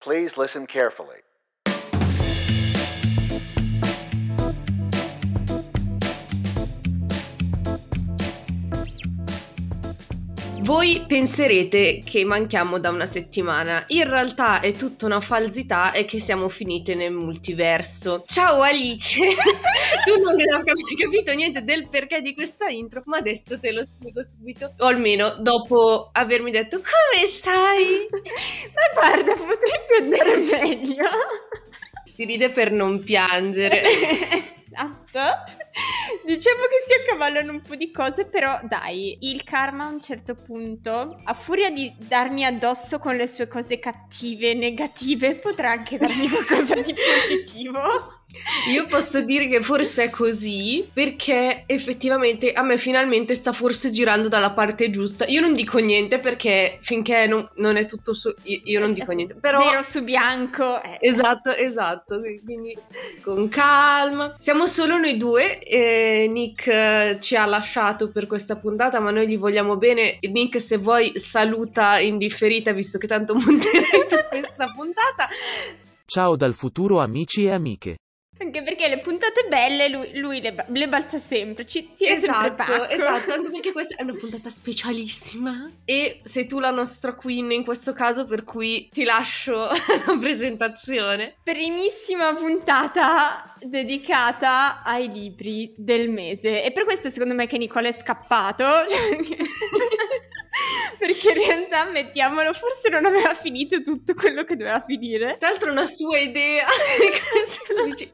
Please listen carefully. Voi penserete che manchiamo da una settimana, in realtà è tutta una falsità e che siamo finite nel multiverso. Ciao Alice, tu non hai capito niente del perché di questa intro, ma adesso te lo spiego subito, o almeno dopo avermi detto come stai? Ma guarda, potrebbe andare meglio. Si ride per non piangere. Esatto. Diciamo che si accavallano un po' di cose, però dai, il karma a un certo punto, a furia di darmi addosso con le sue cose cattive, negative, potrà anche darmi qualcosa di positivo. Io posso dire che forse è così perché effettivamente a me finalmente sta forse girando dalla parte giusta. Io non dico niente perché finché non è tutto io non dico niente, però nero su bianco. Esatto, quindi con calma. Siamo solo noi due, Nick ci ha lasciato per questa puntata, ma noi gli vogliamo bene. Nick, se vuoi saluta in differita visto che tanto monterete questa puntata. Ciao dal futuro amici e amiche. Anche perché le puntate belle lui le balza sempre, ci tiene sempre pacco. Esatto, anche perché questa è una puntata specialissima e sei tu la nostra queen in questo caso, per cui ti lascio la presentazione. Primissima puntata dedicata ai libri del mese e per questo secondo me che Nicola è scappato, perché in realtà, mettiamolo, forse non aveva finito tutto quello che doveva finire. Tra l'altro una sua idea. Dici,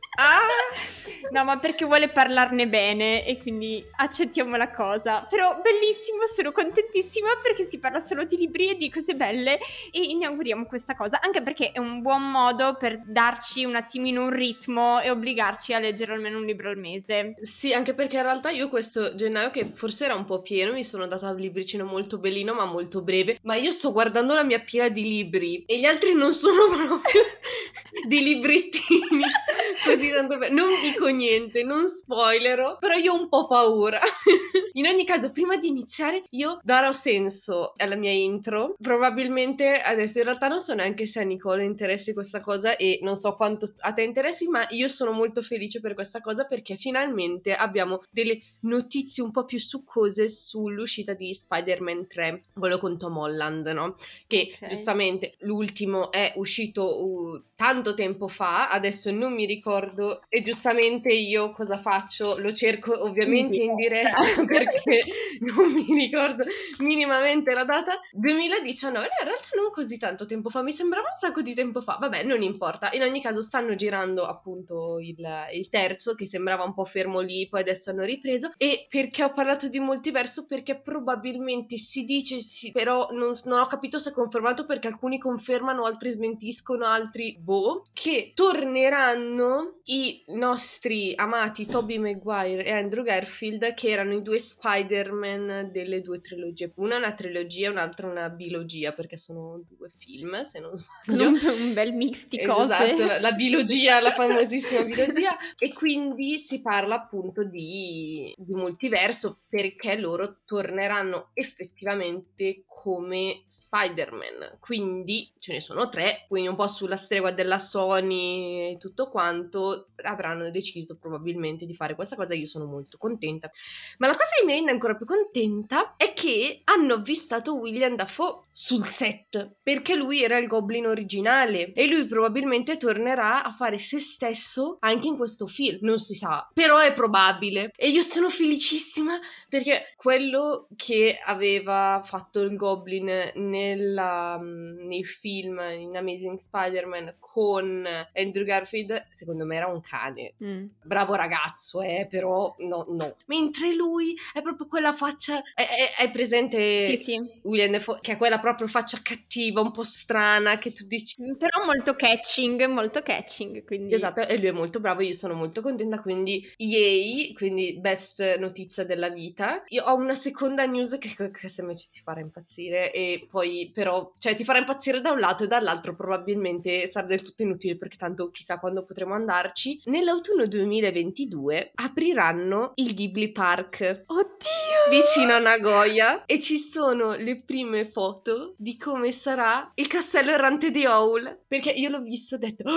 no, ma perché vuole parlarne bene e quindi accettiamo la cosa. Però bellissimo, sono contentissima perché si parla solo di libri e di cose belle e inauguriamo questa cosa, anche perché è un buon modo per darci un attimino un ritmo e obbligarci a leggere almeno un libro al mese. Sì, anche perché in realtà io questo gennaio, che forse era un po' pieno, mi sono data un libricino molto bellino ma molto breve, ma io sto guardando la mia pila di libri e gli altri non sono proprio dei librettini così tanto bene. Non dico niente, non spoilerò, però io ho un po' paura. In ogni caso, prima di iniziare io darò senso alla mia intro. Probabilmente adesso in realtà non so neanche se a Nicola interessi questa cosa e non so quanto a te interessi, ma io sono molto felice per questa cosa perché finalmente abbiamo delle notizie un po' più succose sull'uscita di Spider-Man 3, quello con Tom Holland, no? Che giustamente l'ultimo è uscito tanto tempo fa, adesso non mi ricordo e giustamente io cosa faccio? Lo cerco ovviamente in diretta perché non mi ricordo minimamente la data. 2019, in realtà non così tanto tempo fa, mi sembrava un sacco di tempo fa, vabbè non importa, in ogni caso stanno girando appunto il terzo che sembrava un po' fermo lì, poi adesso hanno ripreso. E perché ho parlato di multiverso? Perché probabilmente si dice sì, però non ho capito se è confermato perché alcuni confermano, altri smentiscono, altri che torneranno i nostri amati Tobey Maguire e Andrew Garfield, che erano i due Spider-Man delle due trilogie. Una è una trilogia, un'altra una bilogia, perché sono due film, se non sbaglio. Un bel mix di cose. Esatto, la bilogia, la famosissima bilogia. E quindi si parla appunto di multiverso perché loro torneranno effettivamente come Spider-Man. Quindi ce ne sono 3, quindi un po' sulla stregua della Sony e tutto quanto avranno deciso probabilmente di fare questa cosa. Io sono molto contenta, ma la cosa che mi rende ancora più contenta è che hanno avvistato William Dafoe sul set, perché lui era il Goblin originale e lui probabilmente tornerà a fare se stesso anche in questo film, non si sa, però è probabile e io sono felicissima perché quello che aveva fatto il Goblin nei film in Amazing Spider-Man con Andrew Garfield secondo me era un cane. Bravo ragazzo, però no. Mentre lui è proprio quella faccia, è presente? Sì. William Dafoe, che è quella proprio faccia cattiva, un po' strana, che tu dici però molto catching, quindi esatto, e lui è molto bravo, io sono molto contenta, quindi yay, quindi best notizia della vita. Io ho una seconda news che se invece ti farà impazzire e poi però, cioè ti farà impazzire da un lato e dall'altro probabilmente sarà del tutto inutile perché tanto chissà quando potremo andarci. Nell'autunno 2022 apriranno il Ghibli Park. Oddio! Vicino a Nagoya e ci sono le prime foto mondo di come sarà il castello errante di Howl, perché io l'ho visto e ho detto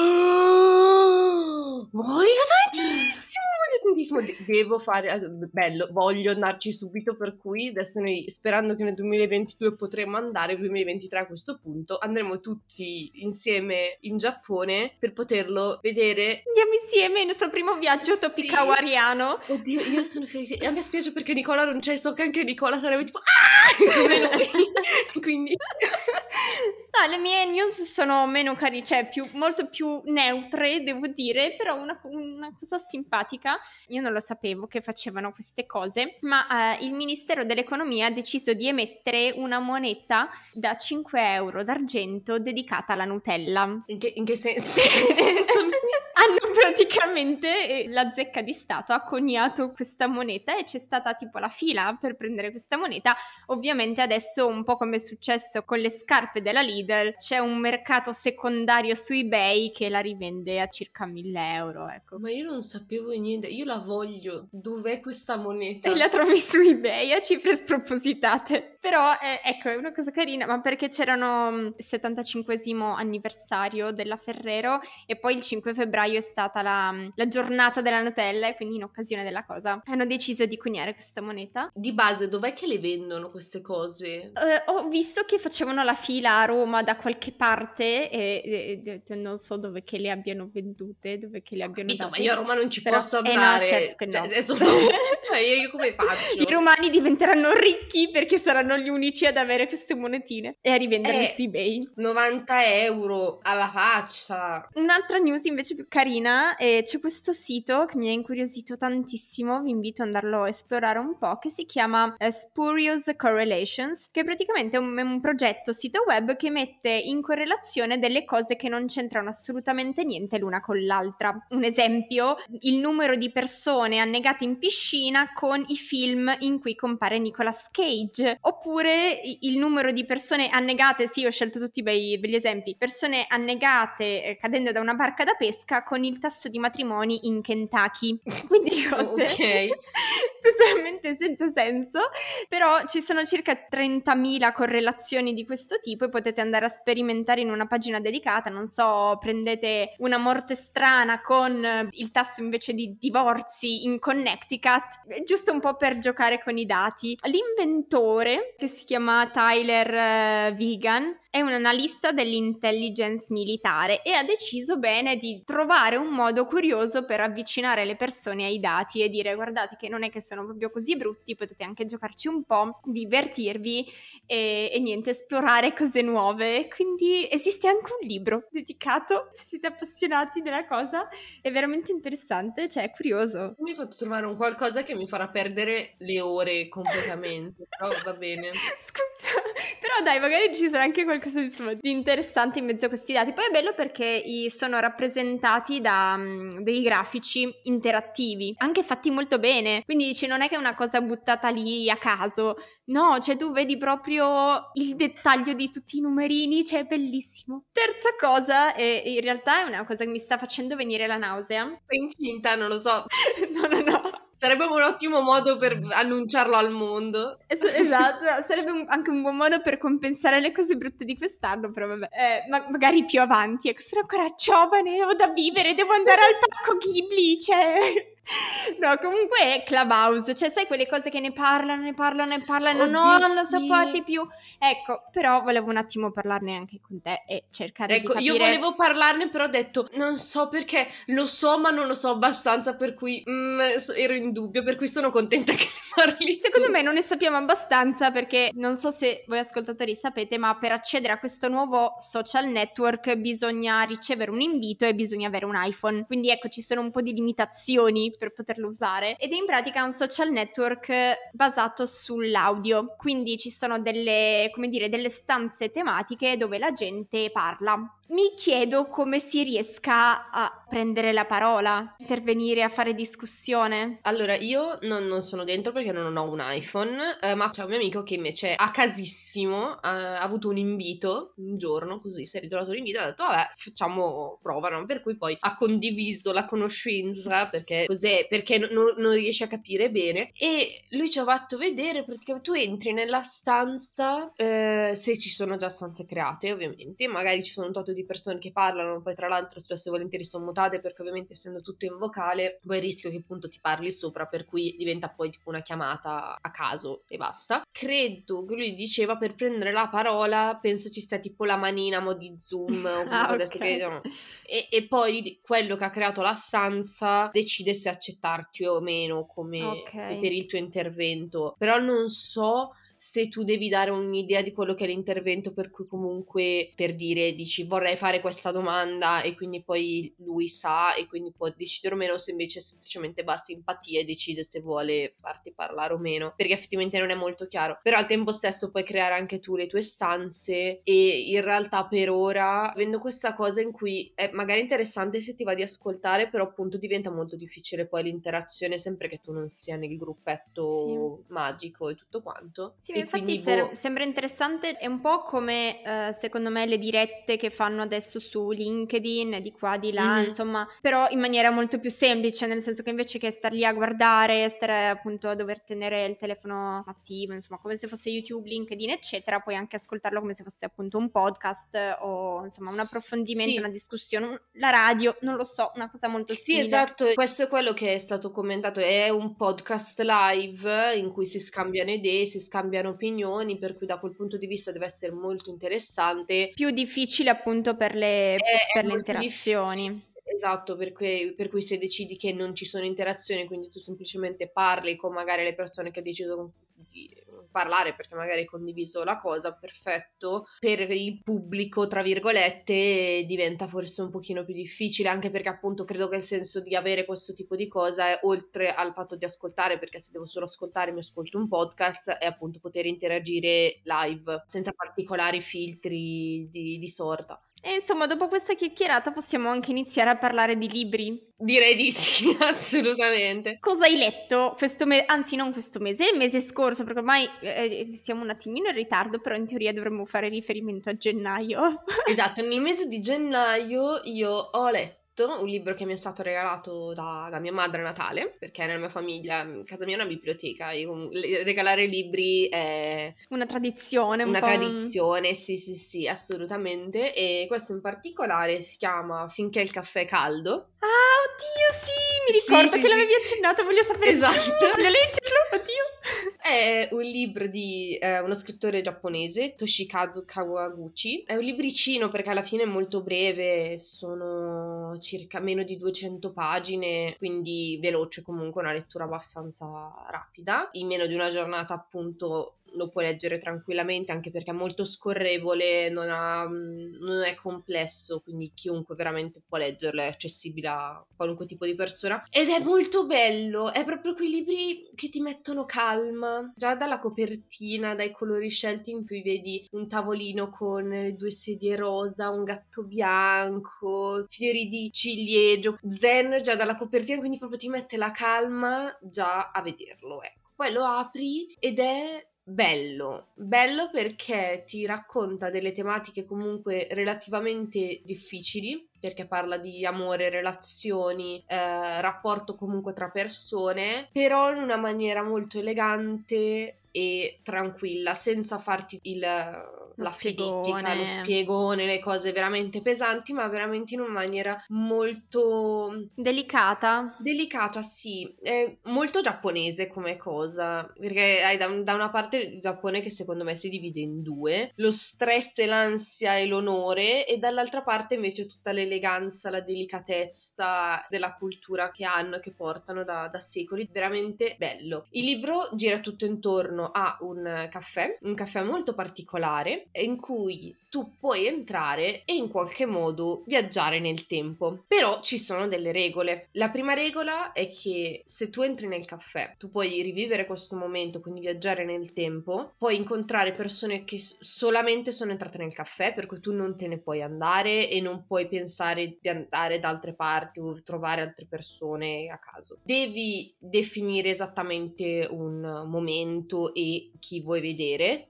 "Oh, voglio tantissimo, devo fare bello, voglio andarci subito", per cui adesso noi, sperando che nel 2022 potremo andare, 2023 a questo punto, andremo tutti insieme in Giappone per poterlo vedere. Andiamo insieme il nostro primo viaggio topicawariano. Oddio, io sono felice. A me spiace perché Nicola non c'è, so che anche Nicola sarebbe tipo "Ah!" come noi. Quindi no, le mie news sono meno carine, cioè molto più neutre, devo dire, però una cosa simpatica. Io non lo sapevo che facevano queste cose, ma il Ministero dell'Economia ha deciso di emettere una moneta da 5 euro d'argento dedicata alla Nutella. in che senso? Hanno praticamente, la Zecca di Stato ha coniato questa moneta e c'è stata tipo la fila per prendere questa moneta. Ovviamente adesso, un po' come è successo con le scarpe della Lidl, c'è un mercato secondario su eBay che la rivende a circa 1.000 euro, ecco. Ma io non sapevo niente, io la voglio. Dov'è questa moneta? E la trovi su eBay a cifre spropositate. Però ecco, è una cosa carina, ma perché c'erano il 75esimo anniversario della Ferrero e poi il 5 febbraio è stata la giornata della Nutella, e quindi in occasione della cosa hanno deciso di coniare questa moneta. Di base, dov'è che le vendono queste cose? Ho visto che facevano la fila a Roma da qualche parte e non so dove che le abbiano vendute, dove che le abbiano Ma date. io a Roma non ci Però- posso andare. no, certo che no. Adesso io come faccio? I romani diventeranno ricchi perché saranno gli unici ad avere queste monetine e a rivenderle su eBay. 90 euro alla faccia. Un'altra news invece più carina, c'è questo sito che mi ha incuriosito tantissimo, vi invito ad andarlo a esplorare un po', che si chiama Spurious Correlations, che praticamente è un progetto sito web che mette in correlazione delle cose che non c'entrano assolutamente niente l'una con l'altra. Un esempio, il numero di persone annegate in piscina con i film in cui compare Nicolas Cage, oppure il numero di persone annegate, sì, ho scelto tutti begli esempi, persone annegate cadendo da una barca da pesca con il tasso di matrimoni in Kentucky. Quindi cose totalmente senza senso, però ci sono circa 30.000 correlazioni di questo tipo e potete andare a sperimentare in una pagina dedicata, non so, prendete una morte strana con il tasso invece di divorzi in Connecticut, giusto un po' per giocare con i dati. L'inventore, che si chiama Tyler Vigan, è un analista dell'intelligence militare e ha deciso bene di trovare un modo curioso per avvicinare le persone ai dati e dire: guardate che non è che sono proprio così brutti, potete anche giocarci un po', divertirvi e niente, esplorare cose nuove. Quindi esiste anche un libro dedicato, se siete appassionati della cosa, è veramente interessante, cioè è curioso. Mi hai fatto trovare un qualcosa che mi farà perdere le ore completamente, però va bene. Scusa, però dai, magari ci sarà anche qualcosa di interessante in mezzo a questi dati. Poi è bello perché sono rappresentati da dei grafici interattivi, anche fatti molto bene, quindi dici non è che è una cosa buttata lì a caso, no, cioè tu vedi proprio il dettaglio di tutti i numerini, cioè è bellissimo. Terza cosa, e in realtà è una cosa che mi sta facendo venire la nausea. Sei incinta, non lo so. No. Sarebbe un ottimo modo per annunciarlo al mondo. Esatto, sarebbe anche un buon modo per compensare le cose brutte di quest'anno, però vabbè, magari più avanti, ecco, sono ancora giovane, ho da vivere, devo andare al parco Ghibli, cioè... No, comunque è Clubhouse, cioè sai quelle cose che ne parlano, Oddio, no, non lo sì. sopporti più. Ecco, però volevo un attimo parlarne anche con te e cercare di capire. Io volevo parlarne, però ho detto, non so perché, lo so ma non lo so abbastanza, per cui ero in dubbio, per cui sono contenta che ne parli tu. Secondo me non ne sappiamo abbastanza perché non so se voi ascoltatori sapete, ma per accedere a questo nuovo social network bisogna ricevere un invito e bisogna avere un iPhone. Quindi ecco, ci sono un po' di limitazioni per poterlo usare ed è in pratica un social network basato sull'audio. Quindi ci sono delle stanze tematiche dove la gente parla. Mi chiedo come si riesca a prendere la parola, intervenire, a fare discussione. Allora, io non sono dentro perché non ho un iPhone, ma c'è un mio amico che invece a casissimo ha avuto un invito un giorno, così si è ritrovato l'invito e ha detto vabbè, facciamo prova, no? Per cui poi ha condiviso la conoscenza perché così cos'è, perché non riesce a capire bene, e lui ci ha fatto vedere praticamente tu entri nella stanza, se ci sono già stanze create ovviamente, magari ci sono un tot di persone che parlano, poi tra l'altro spesso e volentieri sono mutate perché ovviamente essendo tutto in vocale poi il rischio che appunto ti parli sopra, per cui diventa poi tipo una chiamata a caso e basta. Credo che lui diceva per prendere la parola penso ci sta tipo la manina a mo' di Zoom o comunque adesso ok. che no. E poi quello che ha creato la stanza decide se accettarti o meno come Ok. per il tuo intervento, però non so se tu devi dare un'idea di quello che è l'intervento, per cui comunque per dire dici vorrei fare questa domanda e quindi poi lui sa e quindi può decidere o meno, se invece semplicemente basta empatia e decide se vuole farti parlare o meno, perché effettivamente non è molto chiaro. Però al tempo stesso puoi creare anche tu le tue stanze e in realtà per ora avendo questa cosa in cui è magari interessante se ti va di ascoltare, però appunto diventa molto difficile poi l'interazione sempre che tu non sia nel gruppetto magico e tutto quanto. Sì, ma E infatti quindi sembra interessante, è un po' come secondo me le dirette che fanno adesso su LinkedIn, di qua, di là, insomma, però in maniera molto più semplice, nel senso che invece che star lì a guardare, stare appunto a dover tenere il telefono attivo, insomma, come se fosse YouTube, LinkedIn, eccetera, puoi anche ascoltarlo come se fosse appunto un podcast o insomma un approfondimento, sì. una discussione, la radio, non lo so, una cosa molto Sì, simile. esatto, questo è quello che è stato commentato, è un podcast live in cui si scambiano idee, si scambiano opinioni, per cui da quel punto di vista deve essere molto interessante. Più difficile appunto per le È molto interazioni. difficile. Esatto, per cui se decidi che non ci sono interazioni, quindi tu semplicemente parli con magari le persone che hai deciso di parlare perché magari hai condiviso la cosa, perfetto. Per il pubblico, tra virgolette, diventa forse un pochino più difficile, anche perché appunto credo che il senso di avere questo tipo di cosa è oltre al fatto di ascoltare, perché se devo solo ascoltare mi ascolto un podcast, è appunto poter interagire live senza particolari filtri di sorta. E insomma, dopo questa chiacchierata possiamo anche iniziare a parlare di libri. Direi di sì, assolutamente. Cosa hai letto questo mese? Anzi, non questo mese, il mese scorso, perché ormai siamo un attimino in ritardo, però in teoria dovremmo fare riferimento a gennaio. Esatto, nel mese di gennaio io ho letto un libro che mi è stato regalato da mia madre a Natale, perché nella mia famiglia, in casa mia è una biblioteca, regalare libri è Una tradizione, un una po'. tradizione, sì, assolutamente, e questo in particolare si chiama Finché il caffè è caldo. Ah, oddio, sì, mi ricordo Sì, che sì. l'avevi accennato, voglio sapere Esatto. più, voglio leggerlo, oddio. È un libro di uno scrittore giapponese, Toshikazu Kawaguchi. È un libricino perché alla fine è molto breve, sono circa meno di 200 pagine, quindi veloce, comunque una lettura abbastanza rapida. In meno di una giornata appunto lo puoi leggere tranquillamente, anche perché è molto scorrevole, non è complesso, quindi chiunque veramente può leggerlo, è accessibile a qualunque tipo di persona ed è molto bello, è proprio quei libri che ti mettono calma, già dalla copertina, dai colori scelti in cui vedi un tavolino con 2 sedie rosa, un gatto bianco, fiori di ciliegio, zen già dalla copertina, quindi proprio ti mette la calma già a vederlo, ecco. Poi lo apri ed è bello perché ti racconta delle tematiche comunque relativamente difficili, perché parla di amore, relazioni, rapporto comunque tra persone, però in una maniera molto elegante e tranquilla, senza farti la fedettica, lo spiegone, le cose veramente pesanti, ma veramente in una maniera molto delicata, sì, è molto giapponese come cosa, perché hai da una parte il Giappone che secondo me si divide in due, lo stress e l'ansia e l'onore, e dall'altra parte invece tutta l'eleganza, la delicatezza della cultura che hanno e che portano da secoli, veramente bello. Il libro gira tutto intorno a un caffè molto particolare, in cui tu puoi entrare e in qualche modo viaggiare nel tempo, però ci sono delle regole. La prima regola è che se tu entri nel caffè, tu puoi rivivere questo momento, quindi viaggiare nel tempo, puoi incontrare persone che solamente sono entrate nel caffè, per cui tu non te ne puoi andare e non puoi pensare di andare da altre parti o trovare altre persone a caso. Devi definire esattamente un momento e chi vuoi vedere,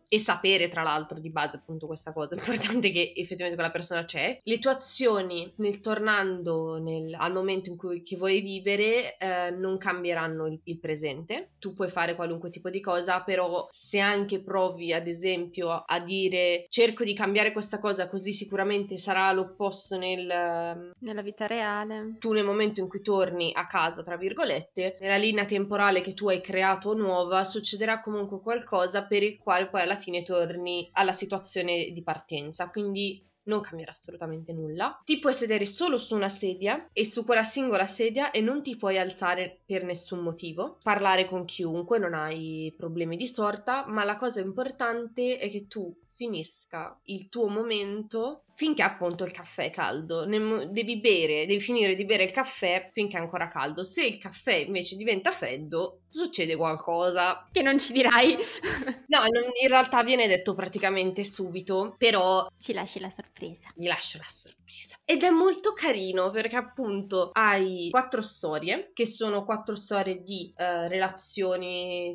e sapere tra l'altro di base appunto questa cosa, è importante che effettivamente quella persona c'è. Le tue azioni tornando al momento in cui che vuoi vivere non cambieranno il presente. Tu puoi fare qualunque tipo di cosa, però se anche provi ad esempio a dire cerco di cambiare questa cosa così sicuramente sarà l'opposto nella vita reale, tu nel momento in cui torni a casa tra virgolette, nella linea temporale che tu hai creato nuova, succederà comunque qualcosa per il quale poi alla fine torni alla situazione di partenza, quindi non cambierà assolutamente nulla. Ti puoi sedere solo su una sedia e su quella singola sedia e non ti puoi alzare per nessun motivo, parlare con chiunque, non hai problemi di sorta, ma la cosa importante è che tu finisca il tuo momento finché appunto il caffè è caldo. Devi finire di bere il caffè finché è ancora caldo. Se il caffè invece diventa freddo, succede qualcosa. Che non ci dirai. No, in realtà viene detto praticamente subito, però ci lasci la sorpresa. Mi lascio la sorpresa. Ed è molto carino perché appunto hai 4 storie, che sono 4 storie di relazioni,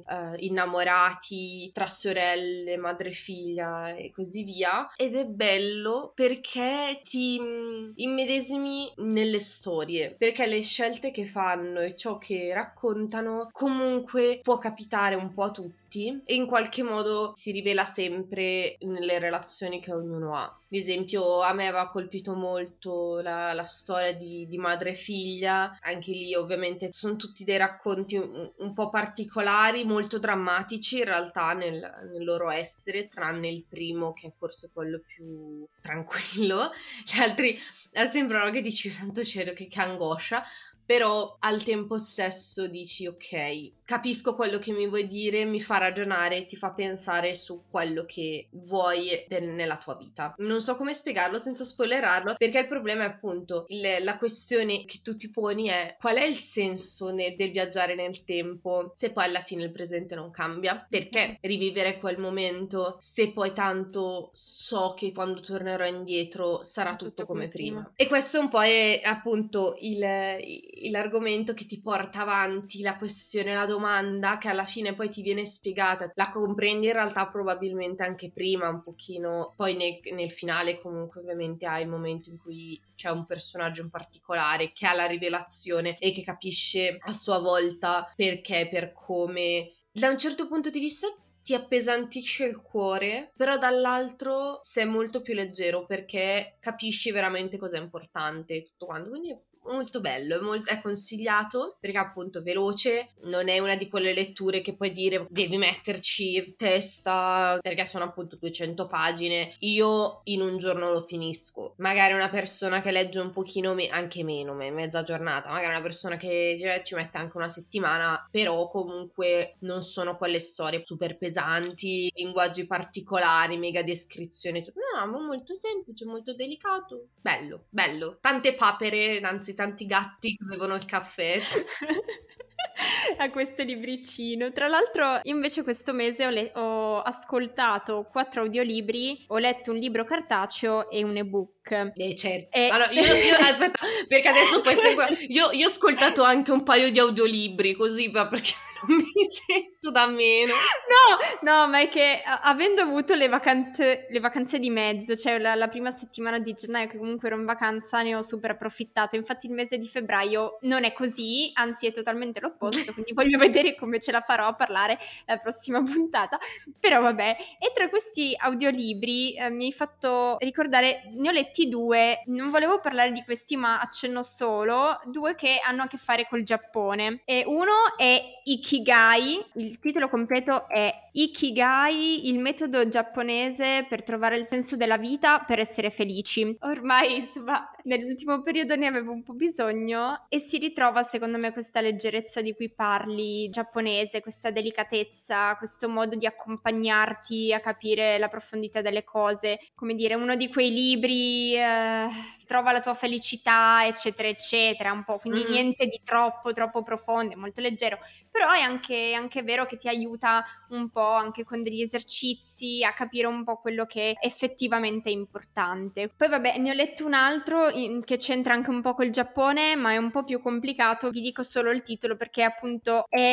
innamorati, tra sorelle, madre e figlia e così via. Ed è bello perché ti immedesimi nelle storie, perché le scelte che fanno e ciò che raccontano comunque può capitare un po' a tutti e in qualche modo si rivela sempre nelle relazioni che ognuno ha. Ad esempio a me aveva colpito molto la storia di madre e figlia, anche lì ovviamente sono tutti dei racconti un po' particolari, molto drammatici in realtà nel loro essere, tranne il primo che è forse quello più tranquillo, gli altri sembrano che dici santo cielo che angoscia. Però al tempo stesso dici ok, capisco quello che mi vuoi dire, mi fa ragionare, ti fa pensare su quello che vuoi nella tua vita. Non so come spiegarlo senza spoilerarlo, perché il problema è appunto la questione che tu ti poni è qual è il senso del viaggiare nel tempo se poi alla fine il presente non cambia? Perché rivivere quel momento se poi tanto so che quando tornerò indietro sarà tutto come prima? E questo un po' è appunto l'argomento che ti porta avanti, la questione, la domanda che alla fine poi ti viene spiegata, la comprendi in realtà probabilmente anche prima un pochino, poi nel finale comunque ovviamente hai il momento in cui c'è un personaggio in particolare che ha la rivelazione e che capisce a sua volta perché, per come, da un certo punto di vista ti appesantisce il cuore, però dall'altro sei molto più leggero perché capisci veramente cosa è importante tutto quanto, quindi è molto bello, è consigliato perché appunto veloce, non è una di quelle letture che puoi dire devi metterci testa perché sono appunto 200 pagine, io in un giorno lo finisco, magari una persona che legge un pochino anche meno, mezza giornata, magari una persona che ci mette anche una settimana, però comunque non sono quelle storie super pesanti, linguaggi particolari, mega descrizioni, no, molto semplice, molto delicato, bello, tante papere, anzi tanti gatti che bevono il caffè. A questo libricino. Tra l'altro io invece questo mese ho ascoltato 4 audiolibri, ho letto un libro cartaceo e un ebook. Certo. Allora, io aspetta, perché adesso poi io ho ascoltato anche un paio di audiolibri così, perché non mi sento da meno. No, ma è che avendo avuto le vacanze di mezzo, cioè la prima settimana di gennaio che comunque ero in vacanza, ne ho super approfittato. Infatti il mese di febbraio non è così, anzi è totalmente l'opposto, quindi voglio vedere come ce la farò a parlare la prossima puntata. Però vabbè, e tra questi audiolibri mi hai fatto ricordare, ne ho letti 2, non volevo parlare di questi ma accenno solo, 2 che hanno a che fare col Giappone. E uno è Ikigai, il titolo completo è Ikigai, il metodo giapponese per trovare il senso della vita per essere felici. Ormai, insomma, nell'ultimo periodo ne avevo un po' bisogno e si ritrova secondo me questa leggerezza di cui parli giapponese, questa delicatezza, questo modo di accompagnarti a capire la profondità delle cose, come dire, uno di quei libri trova la tua felicità, eccetera, eccetera, un po', quindi niente di troppo profondo, è molto leggero, però è anche vero che ti aiuta un po' anche con degli esercizi a capire un po' quello che è effettivamente importante. Poi vabbè, ne ho letto un altro che c'entra anche un po' col Giappone, ma è un po' più complicato, vi dico solo il titolo perché appunto è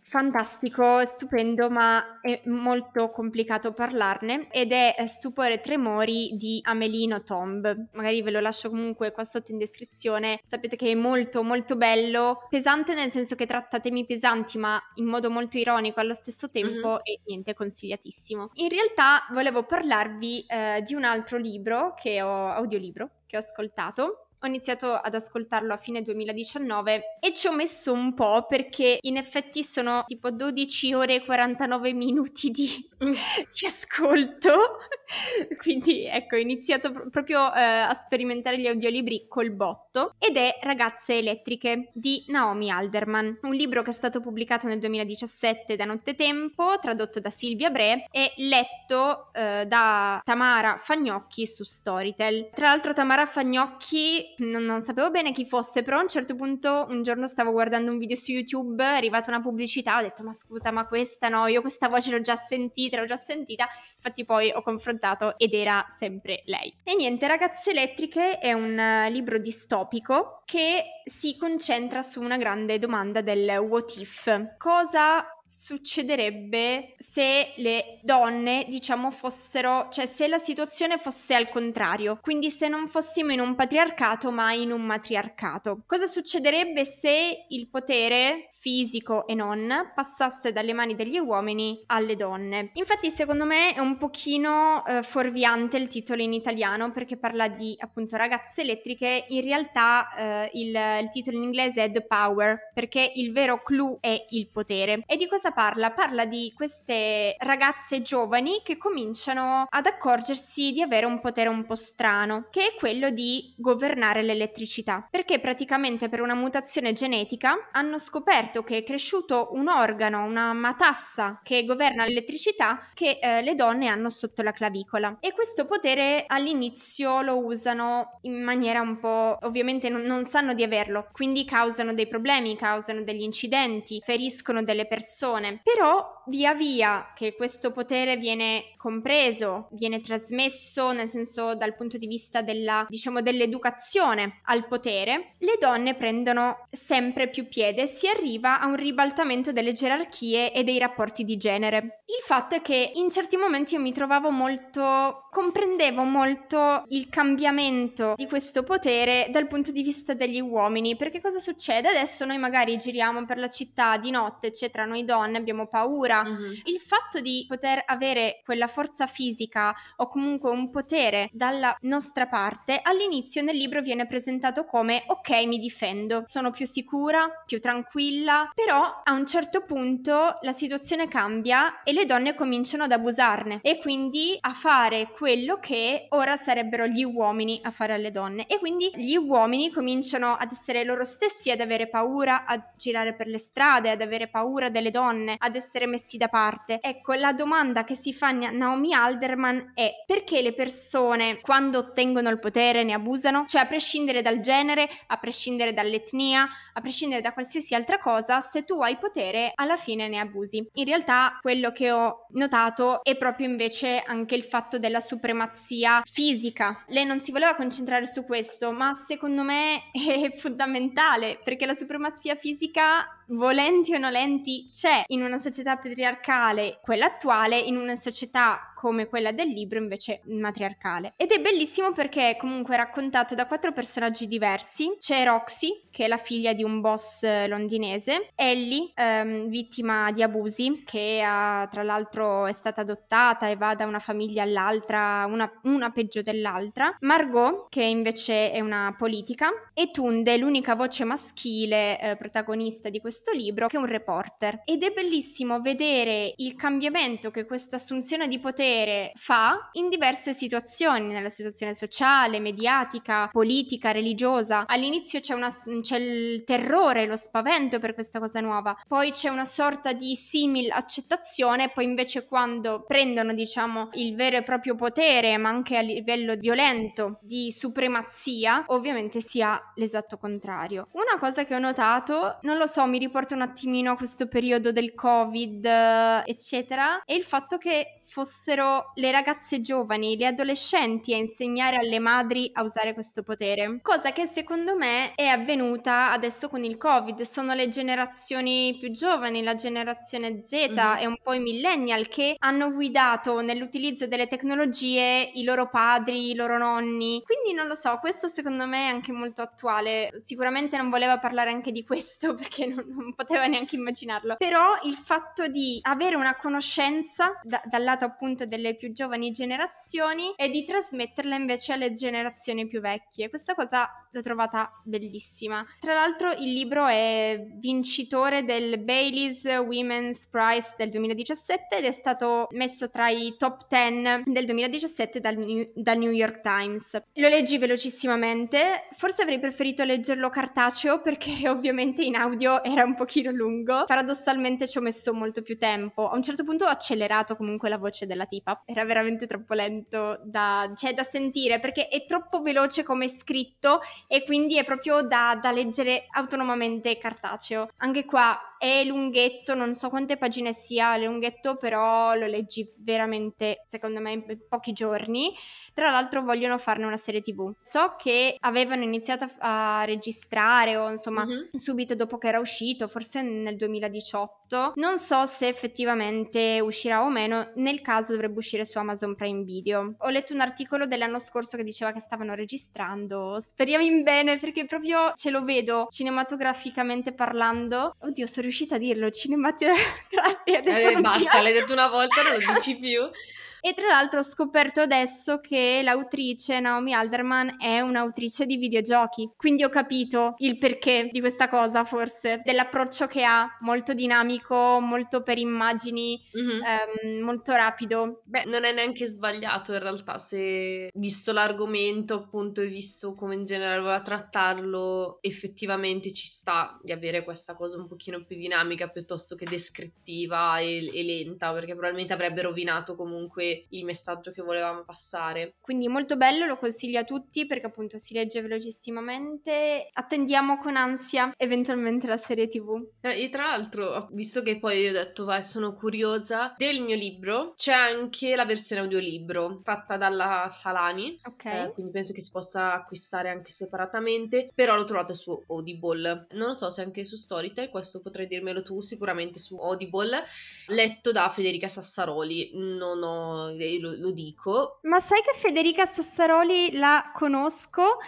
fantastico, stupendo, ma è molto complicato parlarne, ed è Stupore e Tremori di Amélie Nothomb. Magari ve lo lascio comunque qua sotto in descrizione. Sapete che è molto molto bello, pesante nel senso che tratta temi pesanti ma in modo molto ironico allo stesso tempo, e niente, consigliatissimo. In realtà volevo parlarvi di un altro libro audiolibro che ho ascoltato. Ho iniziato ad ascoltarlo a fine 2019 e ci ho messo un po' perché in effetti sono tipo 12 ore e 49 minuti di ascolto. Quindi ecco, ho iniziato proprio a sperimentare gli audiolibri col botto, ed è Ragazze elettriche di Naomi Alderman, un libro che è stato pubblicato nel 2017 da Nottetempo, tradotto da Silvia Bre e letto da Tamara Fagnocchi su Storytel. Tra l'altro Tamara Fagnocchi non sapevo bene chi fosse, però a un certo punto un giorno stavo guardando un video su YouTube, è arrivata una pubblicità, ho detto ma scusa, ma questa no, io questa voce l'ho già sentita, infatti poi ho confrontato ed era sempre lei. E niente, Ragazze elettriche è un libro distopico che si concentra su una grande domanda del what if. Cosa succederebbe se le donne, diciamo, fossero, cioè se la situazione fosse al contrario, quindi se non fossimo in un patriarcato ma in un matriarcato? Cosa succederebbe se il potere fisico e non passasse dalle mani degli uomini alle donne? Infatti secondo me è un pochino fuorviante il titolo in italiano, perché parla di appunto ragazze elettriche. In realtà il titolo in inglese è The Power, perché il vero clou è il potere. E di cosa parla? Parla di queste ragazze giovani che cominciano ad accorgersi di avere un potere un po' strano, che è quello di governare l'elettricità, perché praticamente per una mutazione genetica hanno scoperto che è cresciuto un organo, una matassa che governa l'elettricità, che le donne hanno sotto la clavicola, e questo potere all'inizio lo usano in maniera un po', ovviamente non sanno di averlo, quindi causano dei problemi, causano degli incidenti, feriscono delle persone. Però via via che questo potere viene compreso, viene trasmesso, nel senso dal punto di vista dell'educazione al potere, le donne prendono sempre più piede, si arriva a un ribaltamento delle gerarchie e dei rapporti di genere. Il fatto è che in certi momenti io mi trovavo comprendevo molto il cambiamento di questo potere dal punto di vista degli uomini, perché cosa succede? Adesso noi magari giriamo per la città di notte, eccetera, noi donne abbiamo paura. Il fatto di poter avere quella forza fisica o comunque un potere dalla nostra parte, all'inizio nel libro viene presentato come ok, mi difendo, sono più sicura, più tranquilla, però a un certo punto la situazione cambia e le donne cominciano ad abusarne e quindi a fare quello che ora sarebbero gli uomini a fare alle donne, e quindi gli uomini cominciano ad essere loro stessi ad avere paura, a girare per le strade, ad avere paura delle donne, ad essere messi da parte. Ecco, la domanda che si fa Naomi Alderman è: perché le persone quando ottengono il potere ne abusano? Cioè, a prescindere dal genere, a prescindere dall'etnia, a prescindere da qualsiasi altra cosa, se tu hai potere alla fine ne abusi. In realtà quello che ho notato è proprio invece anche il fatto della supremazia fisica. Lei non si voleva concentrare su questo, ma secondo me è fondamentale, perché la supremazia fisica, volenti o nolenti, c'è in una società patriarcale, quella attuale, in una società come quella del libro invece matriarcale. Ed è bellissimo perché è comunque raccontato da 4 personaggi diversi. C'è Roxy, che è la figlia di un boss londinese, Ellie, vittima di abusi, che tra l'altro è stata adottata e va da una famiglia all'altra, una peggio dell'altra, Margot, che invece è una politica, e Tunde, l'unica voce maschile protagonista di questo libro, che è un reporter. Ed è bellissimo vedere il cambiamento che questa assunzione di potere fa in diverse situazioni, nella situazione sociale, mediatica, politica, religiosa. All'inizio c'è il terrore, lo spavento per questa cosa nuova, poi c'è una sorta di simil accettazione, poi invece quando prendono, diciamo, il vero e proprio potere, ma anche a livello violento di supremazia, ovviamente si ha l'esatto contrario. Una cosa che ho notato, non lo so, mi riporta un attimino a questo periodo del Covid, eccetera, è il fatto che fossero le ragazze giovani, le adolescenti a insegnare alle madri a usare questo potere, cosa che secondo me è avvenuta adesso con il Covid. Sono le generazioni più giovani, la generazione Z e un po' i millennial che hanno guidato nell'utilizzo delle tecnologie i loro padri, i loro nonni, quindi non lo so, questo secondo me è anche molto attuale. Sicuramente non voleva parlare anche di questo perché non poteva neanche immaginarlo, però il fatto di avere una conoscenza dal lato appunto delle più giovani generazioni e di trasmetterla invece alle generazioni più vecchie, questa cosa l'ho trovata bellissima. Tra l'altro il libro è vincitore del Bailey's Women's Prize del 2017 ed è stato messo tra i top 10 del 2017 dal New York Times. Lo leggi velocissimamente, forse avrei preferito leggerlo cartaceo perché ovviamente in audio era un pochino lungo, paradossalmente ci ho messo molto più tempo. A un certo punto ho accelerato comunque la voce della tipa, era veramente troppo lento da sentire perché è troppo veloce come è scritto e quindi è proprio da leggere autonomamente cartaceo. Anche qua è lunghetto, non so quante pagine sia, è lunghetto, però lo leggi veramente, secondo me, in pochi giorni. Tra l'altro vogliono farne una serie TV. So che avevano iniziato a registrare o insomma subito dopo che era uscito, forse nel 2018. Non so se effettivamente uscirà o meno, nel caso dovrebbe uscire su Amazon Prime Video. Ho letto un articolo dell'anno scorso che diceva che stavano registrando, speriamo in bene perché proprio ce lo vedo cinematograficamente parlando. Oddio, sono riuscita a dirlo, cinematografia. Basta, l'hai detto una volta, non lo dici più. E tra l'altro ho scoperto adesso che l'autrice Naomi Alderman è un'autrice di videogiochi, quindi ho capito il perché di questa cosa, forse, dell'approccio che ha, molto dinamico, molto per immagini, molto rapido. Beh, non è neanche sbagliato in realtà, se visto l'argomento appunto e visto come in generale voleva trattarlo, effettivamente ci sta di avere questa cosa un pochino più dinamica piuttosto che descrittiva e lenta, perché probabilmente avrebbe rovinato comunque il messaggio che volevamo passare. Quindi molto bello, lo consiglio a tutti perché appunto si legge velocissimamente. Attendiamo con ansia eventualmente la serie TV. E tra l'altro, visto che poi io ho detto vai, sono curiosa del mio libro, c'è anche la versione audiolibro fatta dalla Salani, ok, quindi penso che si possa acquistare anche separatamente, però l'ho trovata su Audible. Non lo so se anche su Storytel, questo potrai dirmelo tu, sicuramente su Audible, letto da Federica Sassaroli. Non ho, lo dico. Ma sai che Federica Sassaroli la conosco?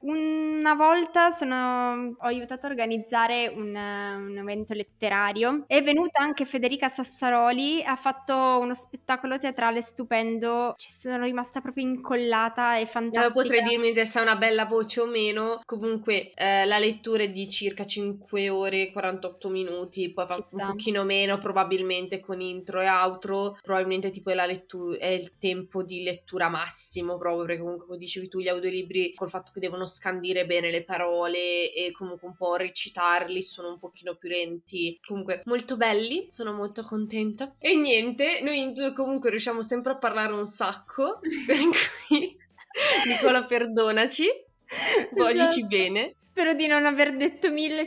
Una volta ho aiutato a organizzare un evento letterario. È venuta anche Federica Sassaroli, ha fatto uno spettacolo teatrale stupendo. Ci sono rimasta proprio incollata, è fantastica. Potrei dirmi se ha una bella voce o meno. Comunque la lettura è di circa 5 ore e 48 minuti, poi fa un pochino meno probabilmente con intro e outro. Probabilmente tipo è il tempo di lettura massimo proprio, perché comunque come dicevi tu gli audiolibri col fatto che devono scandire bene le parole e comunque un po' recitarli sono un pochino più lenti. Comunque molto belli, sono molto contenta. E niente, noi in due comunque riusciamo sempre a parlare un sacco, per cui Nicola perdonaci. Voglici Esatto. bene. Spero di non aver detto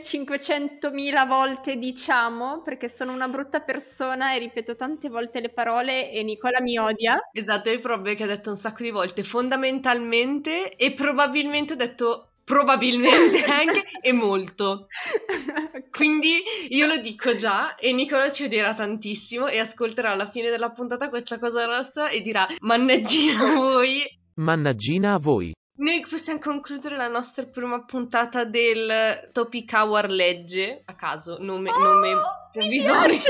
1500.000 volte diciamo, perché sono una brutta persona e ripeto tante volte le parole e Nicola mi odia. Esatto, è proprio che ha detto un sacco di volte fondamentalmente e probabilmente ho detto probabilmente anche e molto. Quindi io lo dico già e Nicola ci odierà tantissimo e ascolterà alla fine della puntata questa cosa nostra e dirà mannaggina a voi. Mannaggina a voi. Noi possiamo concludere la nostra prima puntata del Topic Hour legge, a caso, nome provvisorio. Mi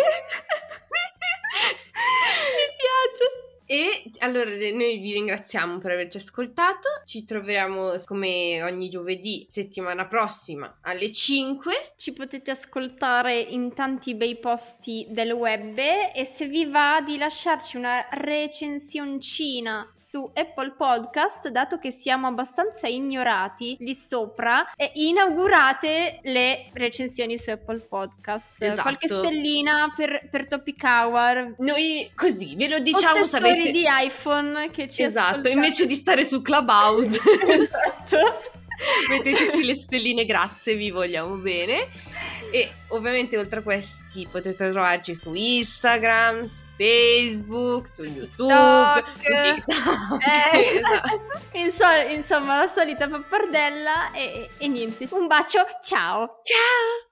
piace. E allora noi vi ringraziamo per averci ascoltato, ci troveremo come ogni giovedì settimana prossima alle 5. Ci potete ascoltare in tanti bei posti del web e se vi va di lasciarci una recensioncina su Apple Podcast, dato che siamo abbastanza ignorati lì sopra, e inaugurate le recensioni su Apple Podcast. Esatto. Qualche stellina per Topic Hour. Noi così ve lo diciamo, sapete di iPhone che ci esatto, invece di stare su Clubhouse. Esatto. Metteteci le stelline, grazie, vi vogliamo bene. E ovviamente oltre a questi potete trovarci su Instagram, Facebook, su YouTube, TikTok. su TikTok. Esatto. Insomma, la solita pappardella e niente. Un bacio, ciao! Ciao!